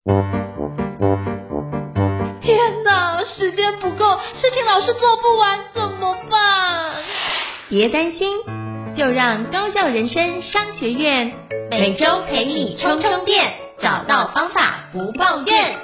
天哪，时间不够，事情老是做不完，怎么办？ 别担心，就让高效人生商学院每周陪你充充电，找到方法不抱怨。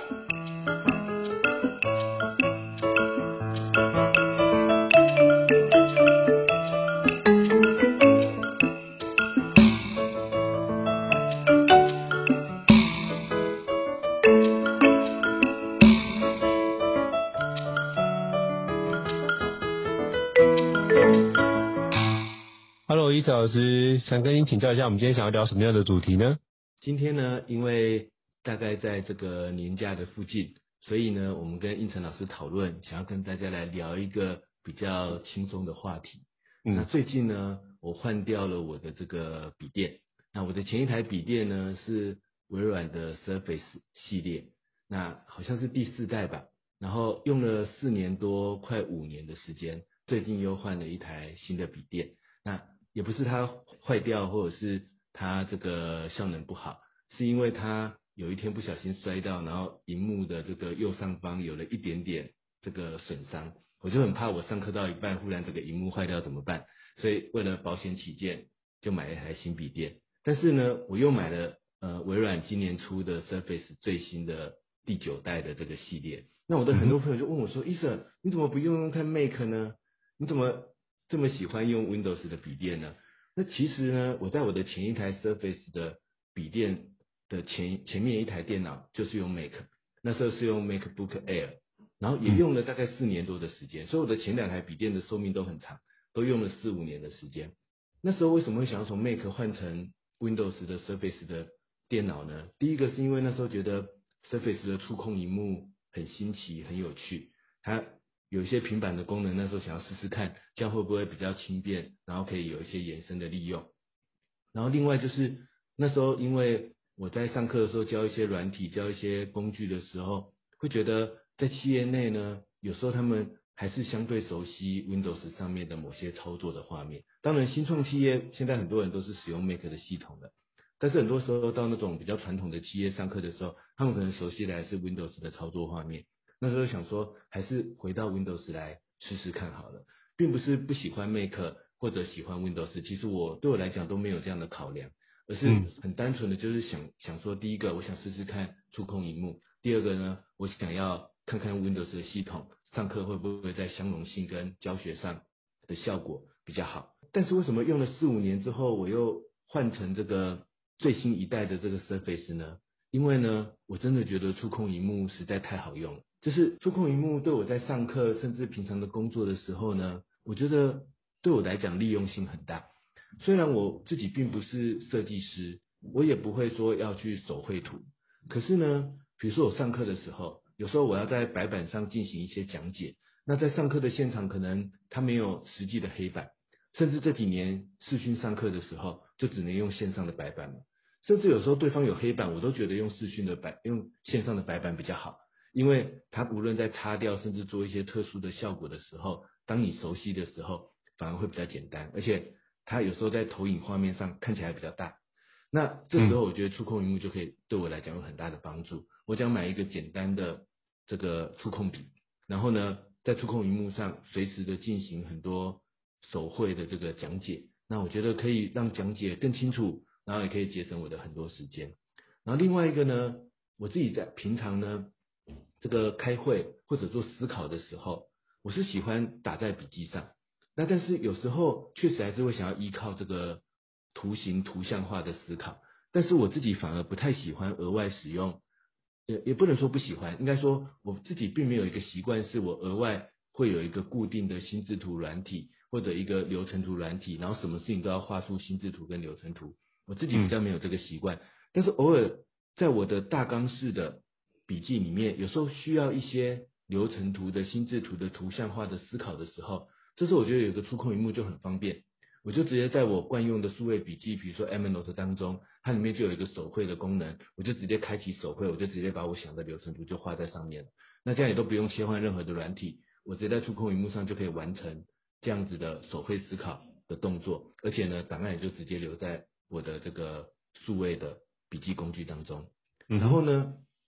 Hello， 伊老师，想跟您请教一下，我们今天想要聊什么样的主题呢？ 今天呢，因为大概在这个年假的附近，所以呢，我们跟应成老师讨论，想要跟大家来聊一个比较轻松的话题。那最近呢，我换掉了我的这个笔电。那我的前一台笔电呢是微软的 Surface 系列，那好像是第4代吧，然后用了4年多，快5年的时间，最近又换了一台新的笔电。那也不是它坏掉，或者是它这个效能不好，是因为它有一天不小心摔到，然后荧幕的这个右上方有了一点点这个损伤，我就很怕我上课到一半忽然这个荧幕坏掉怎么办，所以为了保险起见，就买了一台新笔电。但是呢，我又买了微软今年出的 Surface 最新的第9代的这个系列。那我的很多朋友就问我说，医生你怎么不用看 Mac 呢？你怎么这么喜欢用 Windows 的笔电呢？那其实呢，我在我的前一台 Surface 的笔电的前面一台电脑就是用 Mac， 那时候是用 MacBook Air， 然后也用了大概4年多的时间，所以我的前2台笔电的寿命都很长，都用了4、5年的时间。那时候为什么会想要从 Mac 换成 Windows 的 Surface 的电脑呢？第一个是因为那时候觉得 Surface 的触控萤幕很新奇，很有趣，它有一些平板的功能，那时候想要试试看，这样会不会比较轻便，然后可以有一些延伸的利用。然后另外就是那时候因为我在上课的时候教一些软体，教一些工具的时候，会觉得在企业内呢，有时候他们还是相对熟悉 Windows 上面的某些操作的画面。当然新创企业现在很多人都是使用 Mac 的系统的，但是很多时候到那种比较传统的企业上课的时候，他们可能熟悉的还是 Windows 的操作画面。那时候想说还是回到 Windows 来试试看好了，并不是不喜欢 Mac 或者喜欢 Windows， 其实对我来讲都没有这样的考量，而是很单纯的就是想说，第一个我想试试看触控萤幕，第二个呢，我想要看看 Windows 的系统上课会不会在相容性跟教学上的效果比较好。但是为什么用了4、5年之后，我又换成这个最新一代的这个 Surface 呢？因为呢，我真的觉得触控萤幕实在太好用了。就是触控萤幕对我在上课甚至平常的工作的时候呢，我觉得对我来讲利用性很大。虽然我自己并不是设计师，我也不会说要去手绘图，可是呢，比如说我上课的时候，有时候我要在白板上进行一些讲解，那在上课的现场可能它没有实际的黑板，甚至这几年视讯上课的时候就只能用线上的白板嘛，甚至有时候对方有黑板，我都觉得用线上的白板比较好。因为它无论在擦掉甚至做一些特殊的效果的时候，当你熟悉的时候反而会比较简单，而且它有时候在投影画面上看起来比较大。那这时候我觉得触控萤幕就可以对我来讲有很大的帮助。我想买一个简单的这个触控笔，然后呢在触控萤幕上随时的进行很多手绘的这个讲解，那我觉得可以让讲解更清楚，然后也可以节省我的很多时间。然后另外一个呢，我自己在平常呢这个开会或者做思考的时候，我是喜欢打在笔记上。那但是有时候确实还是会想要依靠这个图形图像化的思考，但是我自己反而不太喜欢额外使用，也不能说不喜欢，应该说我自己并没有一个习惯，是我额外会有一个固定的心智图软体或者一个流程图软体，然后什么事情都要画出心智图跟流程图，我自己比较没有这个习惯。但是偶尔在我的大纲式的笔记里面，有时候需要一些流程图的心智图的图像化的思考的时候，这时候我觉得有个触控萤幕就很方便，我就直接在我惯用的数位笔记，比如说 Evernote 当中，它里面就有一个手绘的功能，我就直接开启手绘，我就直接把我想的流程图就画在上面了。那这样也都不用切换任何的软体，我直接在触控萤幕上就可以完成这样子的手绘思考的动作，而且呢，档案也就直接留在我的这个数位的笔记工具当中。然后呢，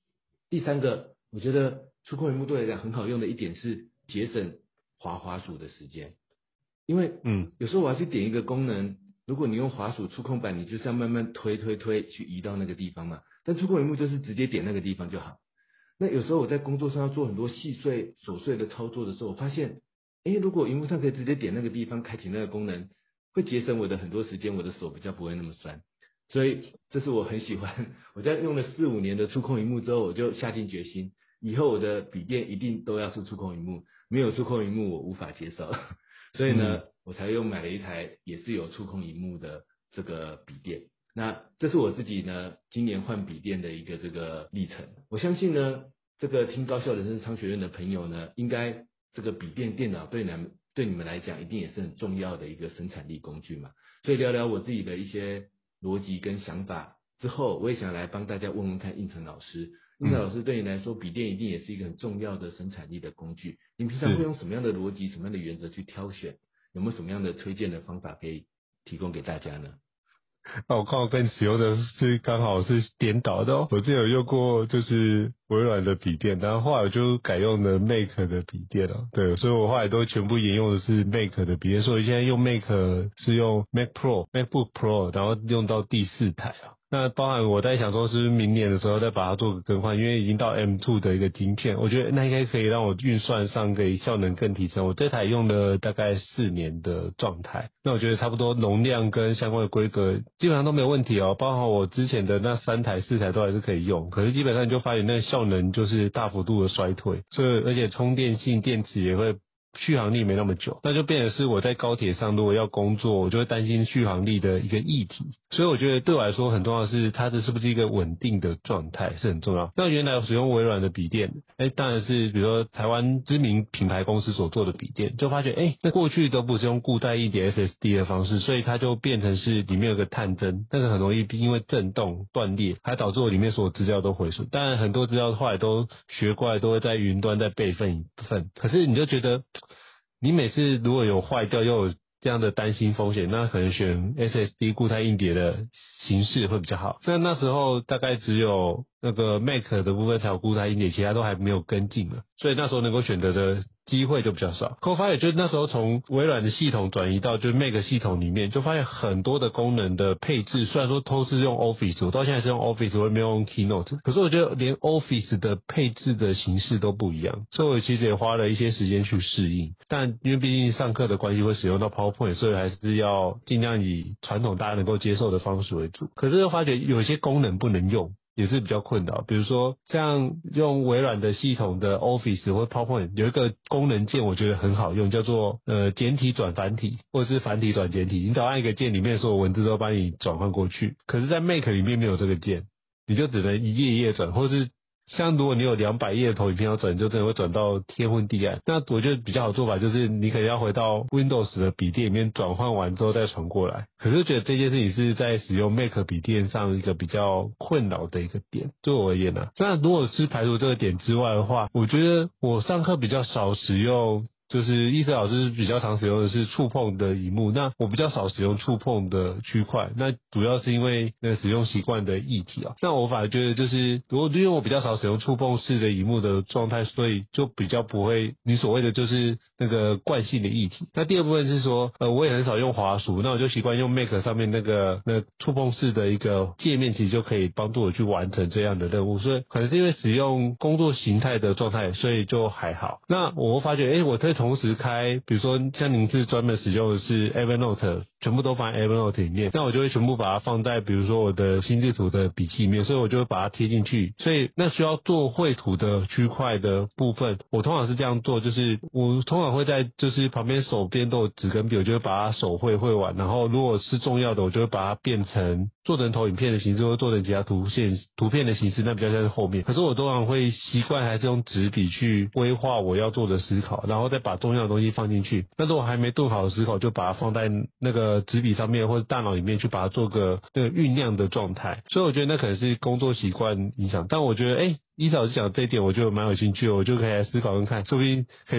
第三个，我觉得触控萤幕对我来讲很好用的一点是节省滑鼠的时间，因为有时候我要去点一个功能，如果你用滑鼠触控板，你就是要慢慢推去移到那个地方嘛，但触控萤幕就是直接点那个地方就好。那有时候我在工作上要做很多琐碎的操作的时候，我发现如果萤幕上可以直接点那个地方开启那个功能，会节省我的很多时间，我的手比较不会那么酸，所以这是我很喜欢。我在用了4-5年的触控萤幕之后，我就下定决心，以后我的笔电一定都要是触控萤幕，没有触控萤幕我无法接受。所以呢，我才又买了一台也是有触控萤幕的这个笔电。那这是我自己呢今年换笔电的一个这个历程。我相信呢，这个听高效人生商学院的朋友呢，应该这个笔电电脑对你们来讲一定也是很重要的一个生产力工具嘛。所以聊聊我自己的一些逻辑跟想法之后，我也想来帮大家问问看应成老师。应成老师，对你来说笔电一定也是一个很重要的生产力的工具，你平常会用什么样的逻辑什么样的原则去挑选？有没有什么样的推荐的方法可以提供给大家呢？ 我看我跟你使用的是刚好是颠倒的哦。我之前有用过就是微软的笔电，然后后来我就改用了 Mac 的笔电了。对，所以我后来都全部沿用的是 Mac 的笔电，所以现在用 Mac 是用 MacBook Pro， 然后用到第4台啊。那包含我在想说是明年的时候再把它做个更换，因为已经到 M2 的一个晶片，我觉得那应该可以让我运算上可以效能更提升。我这台用了大概4年的状态，那我觉得差不多容量跟相关的规格基本上都没有问题哦，包含我之前的那3台4台都还是可以用，可是基本上你就发现那个效能就是大幅度的衰退，所以而且充电性电池也会续航力没那么久，那就变成是我在高铁上如果要工作，我就会担心续航力的一个议题。所以我觉得对我来说很重要的是它的是不是一个稳定的状态是很重要。那原来我使用微软的笔电，当然是比如说台湾知名品牌公司所做的笔电，就发觉那过去都不是用固态硬碟 SSD 的方式，所以它就变成是里面有个探针，那个很容易因为震动断裂，还导致我里面所有资料都毁损。当然很多资料后来都学过来，都会在云端再备份一份，可是你就觉得你每次如果有坏掉又有这样的担心风险，那可能选 SSD 固态硬碟的形式会比较好。那时候大概只有那个 Mac 的部分才有固态硬碟，其他都还没有跟进了，所以那时候能够选择的机会就比较少。可我发现就是那时候从微软的系统转移到就是 Mac 系统里面，就发现很多的功能的配置，虽然说都是用 Office， 我到现在是用 Office， 我也没有用 Keynote， 可是我觉得连 Office 的配置的形式都不一样，所以我其实也花了一些时间去适应。但因为毕竟上课的关系会使用到 PowerPoint， 所以还是要尽量以传统大家能够接受的方式为主。可是又发觉有些功能不能用，也是比较困扰，比如说像用微软的系统的 Office 或 PowerPoint 有一个功能键我觉得很好用，叫做简体转繁体或者是繁体转简体，你只要按一个键，里面所有文字都帮你转换过去。可是在 Mac 里面没有这个键，你就只能一页一页转，或是像如果你有200页的投影片要转，你就真的会转到天昏地暗。那我觉得比较好做法就是你可能要回到 Windows 的笔电里面转换完之后再传过来。可是觉得这件事情是在使用 Mac 笔电上一个比较困扰的一个点，对我而言啊。那如果是排除这个点之外的话，我觉得我上课比较少使用，就是易哲老师比较常使用的是触碰的萤幕，那我比较少使用触碰的区块，那主要是因为那使用习惯的议题啊。那我反而觉得就是因为我比较少使用触碰式的萤幕的状态，所以就比较不会你所谓的就是那个惯性的议题。那第二部分是说我也很少用滑鼠，那我就习惯用 Mac 上面那触碰式的一个界面，其实就可以帮助我去完成这样的任务，所以可能是因为使用工作形态的状态，所以就还好。那我发觉我可以同时开，比如说像您是专门使用的是 Evernote， 全部都放在 Evernote 里面，那我就会全部把它放在比如说我的心智图的笔记里面，所以我就会把它贴进去。所以那需要做绘图的区块的部分，我通常是这样做，就是我通常会在就是旁边手边都有纸跟笔，我就会把它手绘完，然后如果是重要的，我就会把它变成做成投影片的形式，或做成其他图片的形式，那比较像是后面。可是我通常会习惯还是用纸笔去规划我要做的思考，然后再把重要的东西放进去。那如果还没顿好的思考，就把它放在那个纸笔上面或者大脑里面去把它做个那个酝酿的状态。所以我觉得那可能是工作习惯影响，但我觉得易哲老师讲这一点我就蛮有兴趣的，我就可以来思考跟看，说不定可以去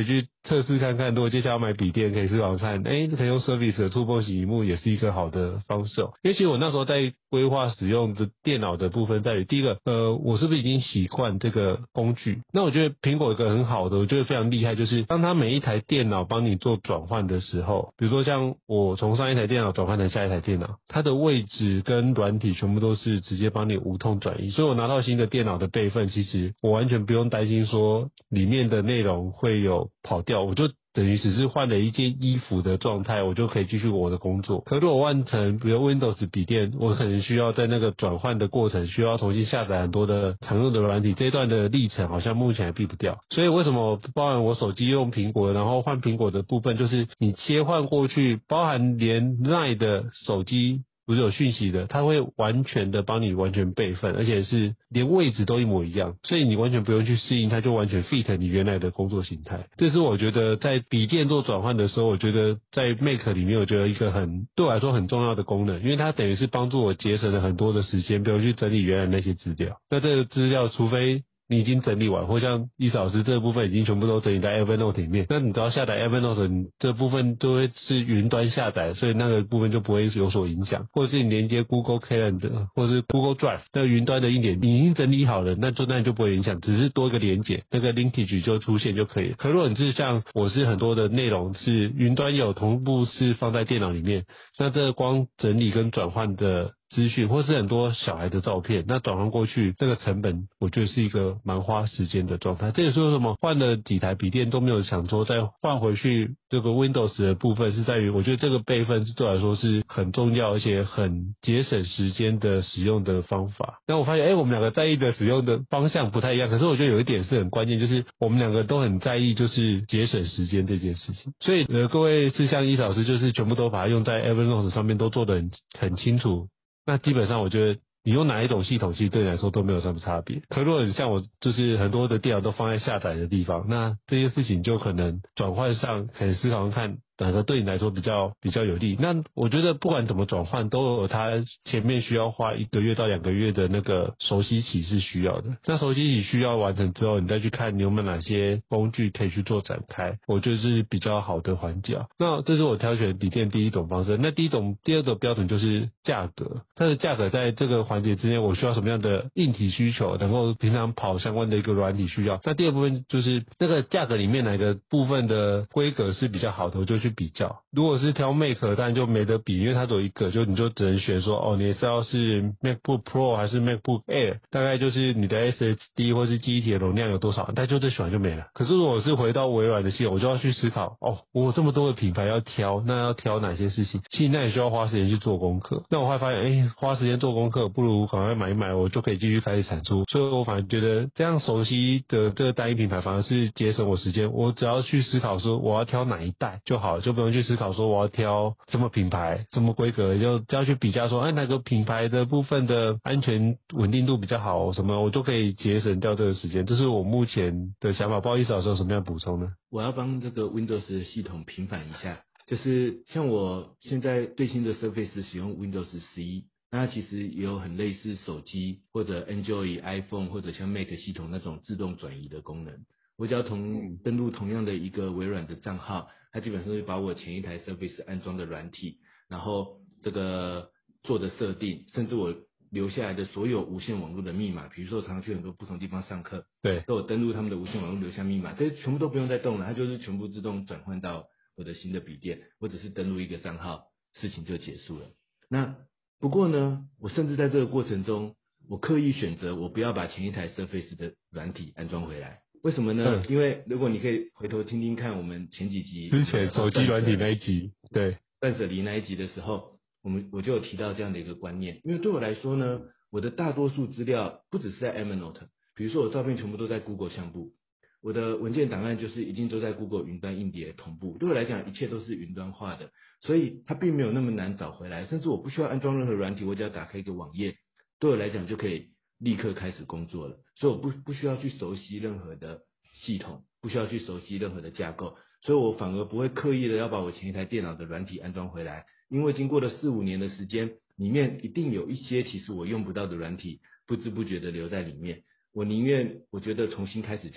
测试看看，如果接下来要买笔电，可以思考看，可以用 Surface 的触碰型萤幕也是一个好的方式哦。因为其实我那时候在规划使用的电脑的部分在于，第一个，我是不是已经习惯这个工具？那我觉得苹果有一个很好的，我觉得非常厉害，就是当它每一台电脑帮你做转换的时候，比如说像我从上一台电脑转换成下一台电脑，它的位置跟软体全部都是直接帮你无痛转移，所以我拿到新的电脑的备份，其实我完全不用担心说里面的内容会有跑掉，我就等于只是换了一件衣服的状态，我就可以继续我的工作。可如果换成比如 Windows 笔电，我可能需要在那个转换的过程需要重新下载很多的常用的软体，这一段的历程好像目前还避不掉。所以为什么包含我手机用苹果，然后换苹果的部分，就是你切换过去，包含连 LINE 的手机不是有讯息的，它会完全的帮你完全备份，而且是连位置都一模一样，所以你完全不用去适应，它就完全 fit 你原来的工作形态。这是我觉得在笔电做转换的时候，我觉得在 Mac 里面我觉得一个对我来说很重要的功能，因为它等于是帮助我节省了很多的时间，不用去整理原来那些资料。那这个资料除非你已经整理完，或像易老师这部分已经全部都整理在 Evernote 里面，那你只要下载 Evernote， 你这部分就会是云端下载，所以那个部分就不会有所影响。或者是你连接 Google Calendar 或者是 Google Drive 那云端的硬点你已经整理好了，那就不会影响，只是多一个连结，那个 linkage 就出现就可以了。可如果你是像我是很多的内容是云端有同步是放在电脑里面，那这光整理跟转换的资讯，或是很多小孩的照片，那转换过去这个成本我觉得是一个蛮花时间的状态。这也是为什么换了几台笔电都没有想说再换回去这个 Windows 的部分，是在于我觉得这个备份是对我来说是很重要而且很节省时间的使用的方法。那我发现我们两个在意的使用的方向不太一样，可是我觉得有一点是很关键，就是我们两个都很在意就是节省时间这件事情。所以各位是像伊老师就是全部都把它用在 Evernote 上面都做得很清楚，那基本上我觉得你用哪一种系统其实对你来说都没有什么差别。可如果你像我就是很多的电脑都放在下载的地方，那这些事情就可能转换上可以思考看哪个对你来说比较有利。那我觉得不管怎么转换都有它前面需要花1个月到2个月的那个熟悉期是需要的。那熟悉期需要完成之后，你再去看你有没有哪些工具可以去做展开，我觉得是比较好的环节。那这是我挑选笔电第一种方式。那第二个标准就是价格，它的价格在这个环节之间我需要什么样的硬体需求，能够平常跑相关的一个软体需要。那第二部分就是那个价格里面哪个部分的规格是比较好的，我就去比较。如果是挑 Mac 当然就没得比，因为它只有一个，就你就只能选说你是要是 MacBook Pro 还是 MacBook Air， 大概就是你的 SSD 或是记忆体的容量有多少，但就这选就没了。可是如果是回到微软的系统，我就要去思考我有这么多的品牌要挑，那要挑哪些事情，其实那也需要花时间去做功课。那我会发现花时间做功课不如赶快买一买，我就可以继续开始产出。所以我反而觉得这样熟悉的这个单一品牌反而是节省我时间，我只要去思考说我要挑哪一代就好了，就不用去思考说我要挑什么品牌什么规格，就要去比较说哪个品牌的部分的安全稳定度比较好什么，我就可以节省掉这个时间。这是我目前的想法，不好意思老师有什么样补充呢？ 我要帮这个 Windows 的系统平反一下，就是像我现在最新的 Surface 使用 Windows 11，那其实也有很类似手机或者 Android iPhone 或者像 Mac 系统那种自动转移的功能。我只要登录同样的一个微软的账号，它基本上会把我前一台 Surface 安装的软体，然后这个做的设定，甚至我留下来的所有无线网络的密码，比如说我常常去很多不同地方上课， 对， 都有登录他们的无线网络留下密码，这些全部都不用再动了，它就是全部自动转换到我的新的笔电，我只是登录一个账号，事情就结束了。那不过呢，我甚至在这个过程中，我刻意选择我不要把前一台 Surface 的软体安装回来。为什么呢？因为如果你可以回头听听看我们前几集之前手机软体那一集，对， 断舍离那一集的时候，我就有提到这样的一个观念。因为对我来说呢，我的大多数资料不只是在 Evernote， 比如说我照片全部都在 Google 相簿，我的文件档案就是一定都在 Google 云端硬碟同步，对我来讲一切都是云端化的，所以它并没有那么难找回来，甚至我不需要安装任何软体，我只要打开一个网页，对我来讲就可以立刻开始工作了，所以我不需要去熟悉任何的系统，不需要去熟悉任何的架构，所以我反而不会刻意的要把我前一台电脑的软体安装回来，因为经过了4-5年的时间，里面一定有一些其实我用不到的软体不知不觉的留在里面，我宁愿我觉得重新开始就好。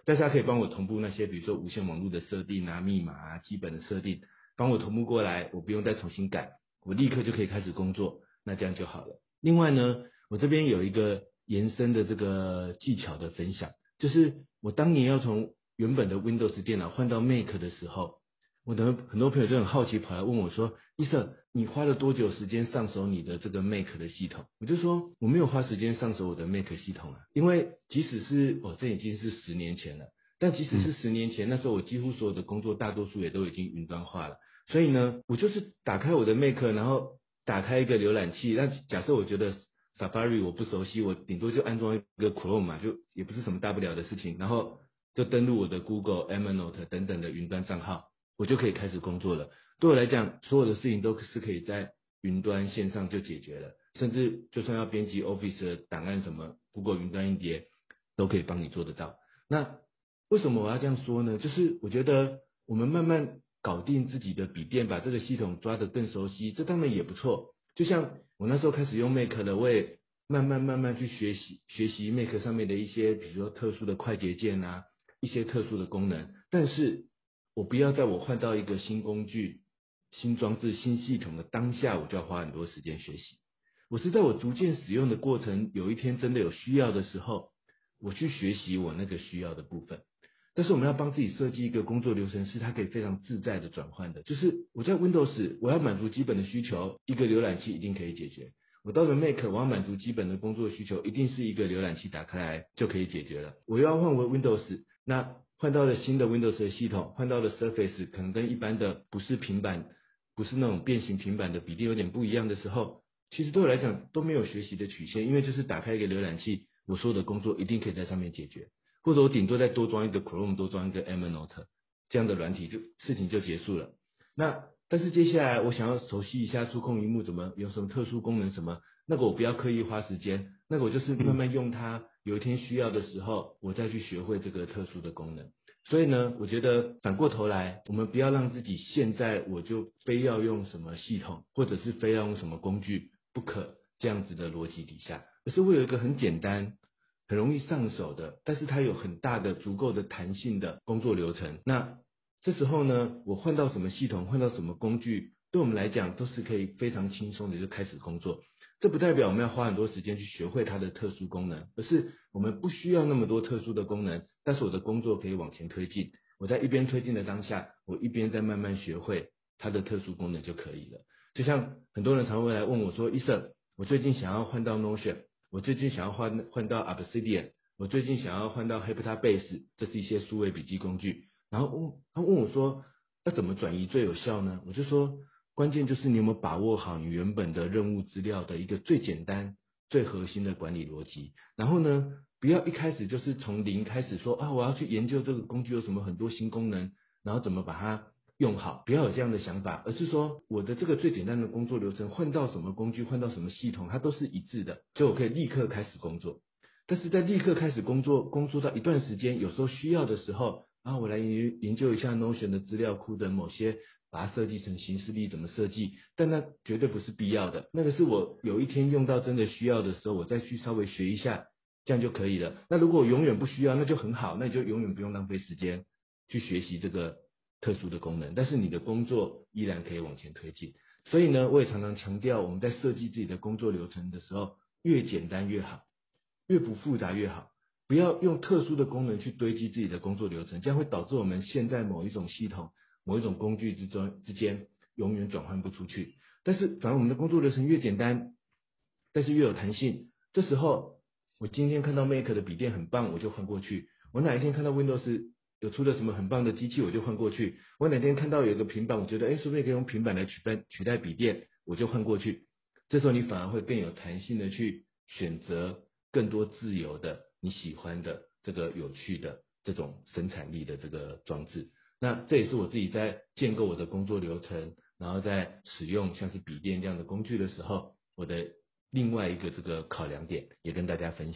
但是它可以帮我同步那些比如说无线网络的设定啊、密码啊、基本的设定，帮我同步过来，我不用再重新改，我立刻就可以开始工作，那这样就好了。另外呢，我这边有一个延伸的这个技巧的分享，就是我当年要从原本的 Windows 电脑换到 Mac 的时候，我的很多朋友就很好奇跑来问我说，医生，你花了多久时间上手你的这个 Mac 的系统？我就说我没有花时间上手我的 Mac 系统啊，因为即使是这已经是10年前了，但即使是10年前，那时候我几乎所有的工作大多数也都已经云端化了，所以呢，我就是打开我的 Mac， 然后打开一个浏览器，那假设我觉得 Safari 我不熟悉，我顶多就安装一个 Chrome 嘛，就也不是什么大不了的事情，然后就登录我的 Google、Evernote 等等的云端账号，我就可以开始工作了。对我来讲，所有的事情都是可以在云端线上就解决了，甚至就算要编辑 Office 的档案什么 ，Google 云端硬碟都可以帮你做得到。那为什么我要这样说呢？就是我觉得我们慢慢搞定自己的笔电，把这个系统抓得更熟悉，这当然也不错。就像我那时候开始用 Mac 了，我也慢慢去学习 Mac 上面的一些，比如说特殊的快捷键啊，一些特殊的功能。但是我不要在我换到一个新工具、新装置、新系统的当下，我就要花很多时间学习。我是在我逐渐使用的过程，有一天真的有需要的时候，我去学习我那个需要的部分。但是我们要帮自己设计一个工作流程，是它可以非常自在的转换的。就是我在 Windows 我要满足基本的需求，一个浏览器一定可以解决。我到了 Mac 我要满足基本的工作需求，一定是一个浏览器打开来就可以解决了。我要换回 Windows， 那换到了新的 Windows 的系统，换到了 Surface， 可能跟一般的不是平板，不是那种变形平板的比例有点不一样的时候，其实对我来讲都没有学习的曲线，因为就是打开一个浏览器，我所有的工作一定可以在上面解决。或者我顶多再多装一个 Chrome， 多装一个 Evernote， 这样的软体事情就结束了。那但是接下来我想要熟悉一下触控萤幕怎么有什么特殊功能什么，那个我不要刻意花时间，那个我就是慢慢用它，有一天需要的时候我再去学会这个特殊的功能。所以呢，我觉得反过头来，我们不要让自己现在我就非要用什么系统，或者是非要用什么工具不可这样子的逻辑底下，而是会有一个很简单很容易上手的，但是它有很大的足够的弹性的工作流程。那这时候呢，我换到什么系统，换到什么工具，对我们来讲都是可以非常轻松的就开始工作。这不代表我们要花很多时间去学会它的特殊功能，而是我们不需要那么多特殊的功能，但是我的工作可以往前推进。我在一边推进的当下，我一边在慢慢学会它的特殊功能就可以了。就像很多人常会来问我说，医生，我最近想要换到 Notion，我最近想要换到 Obsidian， 我最近想要换到 Heptabase， 这是一些数位笔记工具。然后他问我说，要怎么转移最有效呢？我就说，关键就是你有没有把握好你原本的任务资料的一个最简单、最核心的管理逻辑。然后呢，不要一开始就是从零开始说啊，我要去研究这个工具有什么很多新功能，然后怎么把它用好，不要有这样的想法，而是说我的这个最简单的工作流程换到什么工具，换到什么系统，它都是一致的，所以我可以立刻开始工作。但是在立刻开始工作到一段时间，有时候需要的时候，然后我来研究一下 Notion 的资料库的某些，把它设计成行事历怎么设计，但那绝对不是必要的，那个是我有一天用到真的需要的时候，我再去稍微学一下，这样就可以了。那如果我永远不需要，那就很好，那你就永远不用浪费时间去学习这个特殊的功能，但是你的工作依然可以往前推进。所以呢，我也常常强调，我们在设计自己的工作流程的时候，越简单越好，越不复杂越好。不要用特殊的功能去堆积自己的工作流程，这样会导致我们现在某一种系统、某一种工具之间永远转换不出去。但是反而我们的工作流程越简单，但是越有弹性，这时候我今天看到 Mac 的笔电很棒，我就换过去。我哪一天看到 Windows 有出了什么很棒的机器，我就换过去。我哪天看到有一个平板，我觉得说不定可以用平板来取代笔电，我就换过去。这时候你反而会更有弹性的去选择更多自由的你喜欢的这个有趣的这种生产力的这个装置。那这也是我自己在建构我的工作流程，然后在使用像是笔电这样的工具的时候，我的另外一个这个考量点也跟大家分享。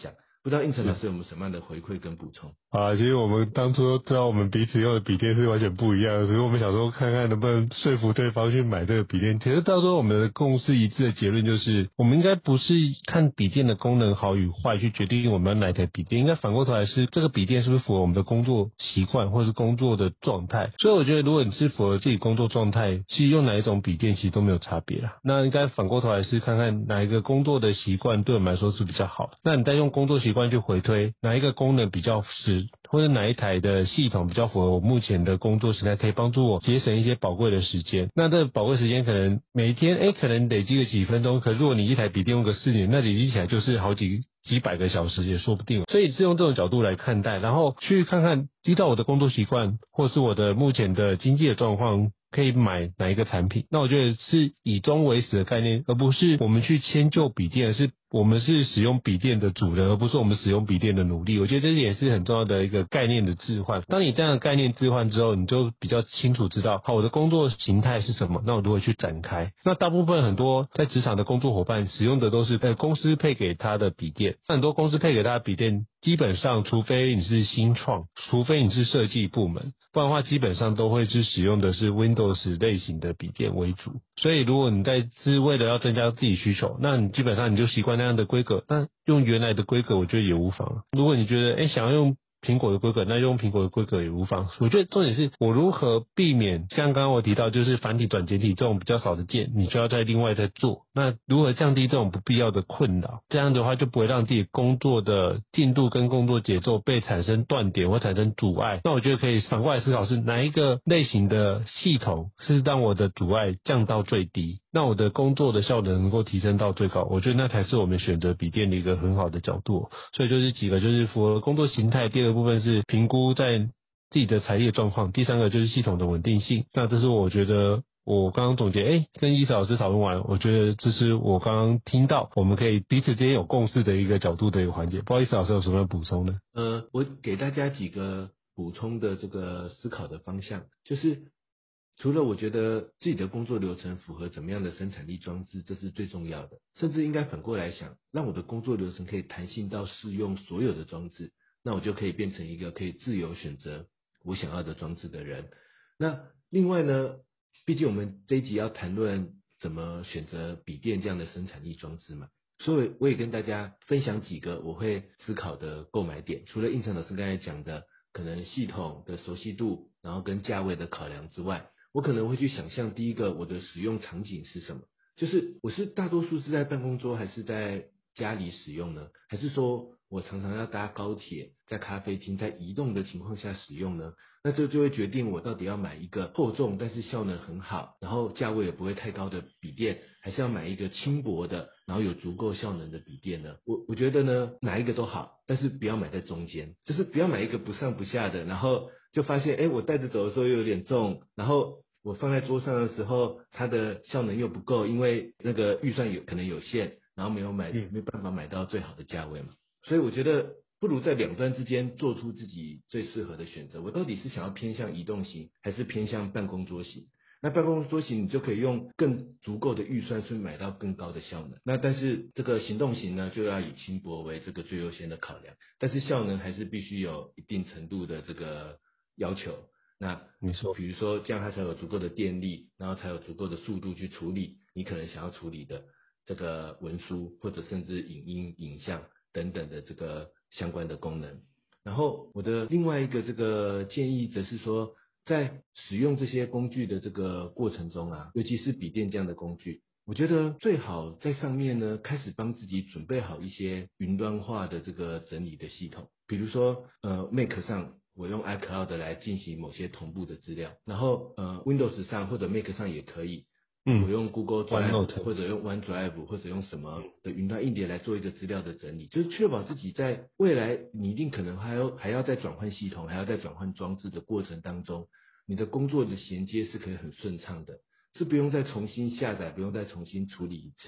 不知道应成老师有没有什么样的回馈跟补充？ 其实我们当初都知道我们彼此用的笔电是完全不一样的，所以我们想说看看能不能说服对方去买这个笔电。其实到时候我们的共识一致的结论就是，我们应该不是看笔电的功能好与坏去决定我们要哪一台笔电，应该反过头来是这个笔电是不是符合我们的工作习惯或是工作的状态。所以我觉得如果你是符合自己工作状态，其实用哪一种笔电其实都没有差别啦。那应该反过头来是看看哪一个工作的习惯对我们来说是比较好的，那你再用工作习惯去回推哪一个功能比较或者哪一台的系统比较符合我目前的工作形态，可以帮助我节省一些宝贵的时间。那这宝贵时间可能每一天可能累积个几分钟，可如果你一台笔电用个4年，那累积起来就是好几百个小时也说不定。所以是用这种角度来看待，然后去看看依照我的工作习惯或是我的目前的经济的状况可以买哪一个产品。那我觉得是以终为始的概念，而不是我们去迁就笔电，而是我们是使用笔电的主人，而不是我们使用笔电的奴隶。我觉得这也是很重要的一个概念的置换。当你这样的概念置换之后，你就比较清楚知道，好，我的工作形态是什么，那我如何去展开。那大部分很多在职场的工作伙伴使用的都是公司配给他的笔电，那很多公司配给他的笔电基本上除非你是新创，除非你是设计部门，不然的话基本上都会是使用的是 Windows 类型的笔电为主。所以如果你是为了要增加自己需求，那你基本上你就习惯那样的规格，那用原来的规格我觉得也无妨。如果你觉得想要用苹果的规格，那用苹果的规格也无妨。我觉得重点是我如何避免像刚刚我提到就是繁体转简体这种比较少的键，你就要再另外再做。那如何降低这种不必要的困扰，这样的话就不会让自己工作的进度跟工作节奏被产生断点或产生阻碍。那我觉得可以反过来思考是哪一个类型的系统是让我的阻碍降到最低，那我的工作的效能能够提升到最高，我觉得那才是我们选择笔电的一个很好的角度。所以就是几个就是符合工作形态，第二个部分是评估在自己的财力的状况，第三个就是系统的稳定性。那这是我觉得我刚刚总结跟伊思老师讨论完，我觉得这是我刚刚听到我们可以彼此之间有共识的一个角度的一个环节。不好意思，老师有什么要补充呢？ 我给大家几个补充的这个思考的方向，就是除了我觉得自己的工作流程符合怎么样的生产力装置，这是最重要的，甚至应该反过来想，让我的工作流程可以弹性到适用所有的装置，那我就可以变成一个可以自由选择我想要的装置的人。那另外呢，毕竟我们这一集要谈论怎么选择笔电这样的生产力装置嘛，所以我也跟大家分享几个我会思考的购买点，除了应成老师刚才讲的可能系统的熟悉度，然后跟价位的考量之外，我可能会去想象第一个我的使用场景是什么，就是我是大多数是在办公桌还是在家里使用呢？还是说我常常要搭高铁，在咖啡厅，在移动的情况下使用呢？那这就会决定我到底要买一个厚重但是效能很好，然后价位也不会太高的笔电，还是要买一个轻薄的，然后有足够效能的笔电呢？我觉得呢，哪一个都好，但是不要买在中间，就是不要买一个不上不下的，然后就发现我带着走的时候又有点重，然后我放在桌上的时候，它的效能又不够，因为那个预算可能有限，然后没有办法买到最好的价位嘛。所以我觉得不如在两端之间做出自己最适合的选择。我到底是想要偏向移动型，还是偏向办公桌型？那办公桌型你就可以用更足够的预算去买到更高的效能。那但是这个行动型呢，就要以轻薄为这个最优先的考量，但是效能还是必须有一定程度的这个要求。那没错， 比如说这样它才有足够的电力，然后才有足够的速度去处理你可能想要处理的这个文书，或者甚至影音、影像等等的这个相关的功能。然后我的另外一个这个建议则是说，在使用这些工具的这个过程中啊，尤其是笔电这样的工具，我觉得最好在上面呢开始帮自己准备好一些云端化的这个整理的系统，比如说Mac 上我用 iCloud 来进行某些同步的资料，然后Windows 上或者 Mac 上也可以。我用 Google Drive 或者用 OneDrive 或者用什么的云端硬碟来做一个资料的整理，就是确保自己在未来你一定可能还要再转换系统，还要再转换装置的过程当中，你的工作的衔接是可以很顺畅的，是不用再重新下载，不用再重新处理一次的。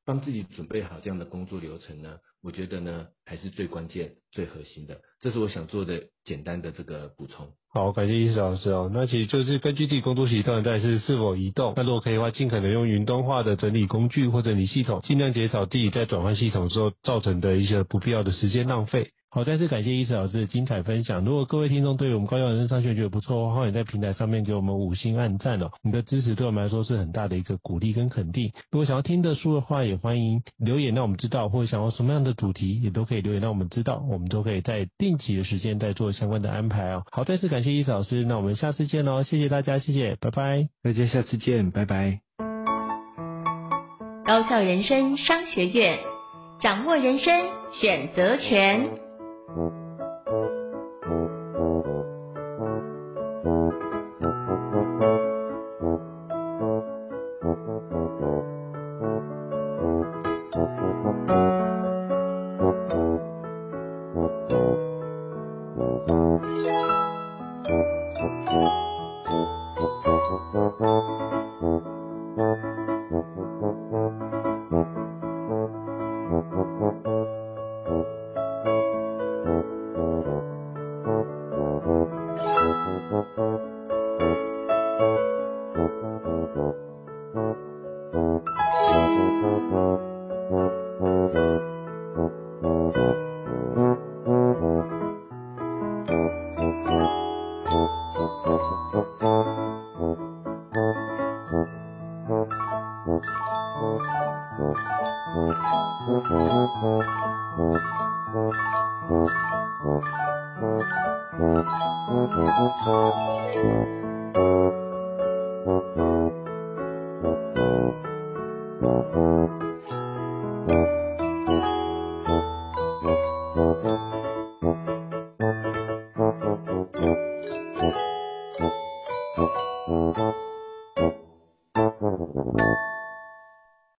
帮自己准备好这样的工作流程呢，我觉得呢还是最关键、最核心的。这是我想做的简单的这个补充。 好，感谢医师老师哦。那其实就是根据自己工作习惯，再是否移动。那如果可以的话，尽可能用云端化的整理工具或整理系统，尽量减少自己在转换系统之后造成的一些不必要的时间浪费。好，再次感谢医师老师的精彩分享。如果各位听众对我们高效人生商学院觉得不错的话，欢迎在平台上面给我们5星按赞哦。你的支持对我们来说是很大的一个鼓励跟肯定。如果想要听的书的话，也欢迎留言让我们知道，或者想要什么样的主题，也都可以留言让我们知道，我们都可以在定期的时间再做相关的安排哦。好，再次感谢医师老师，那我们下次见喽，谢谢大家，谢谢，拜拜。 大家下次见，拜拜。 高效人生商学院，掌握人生选择权。 Thank you.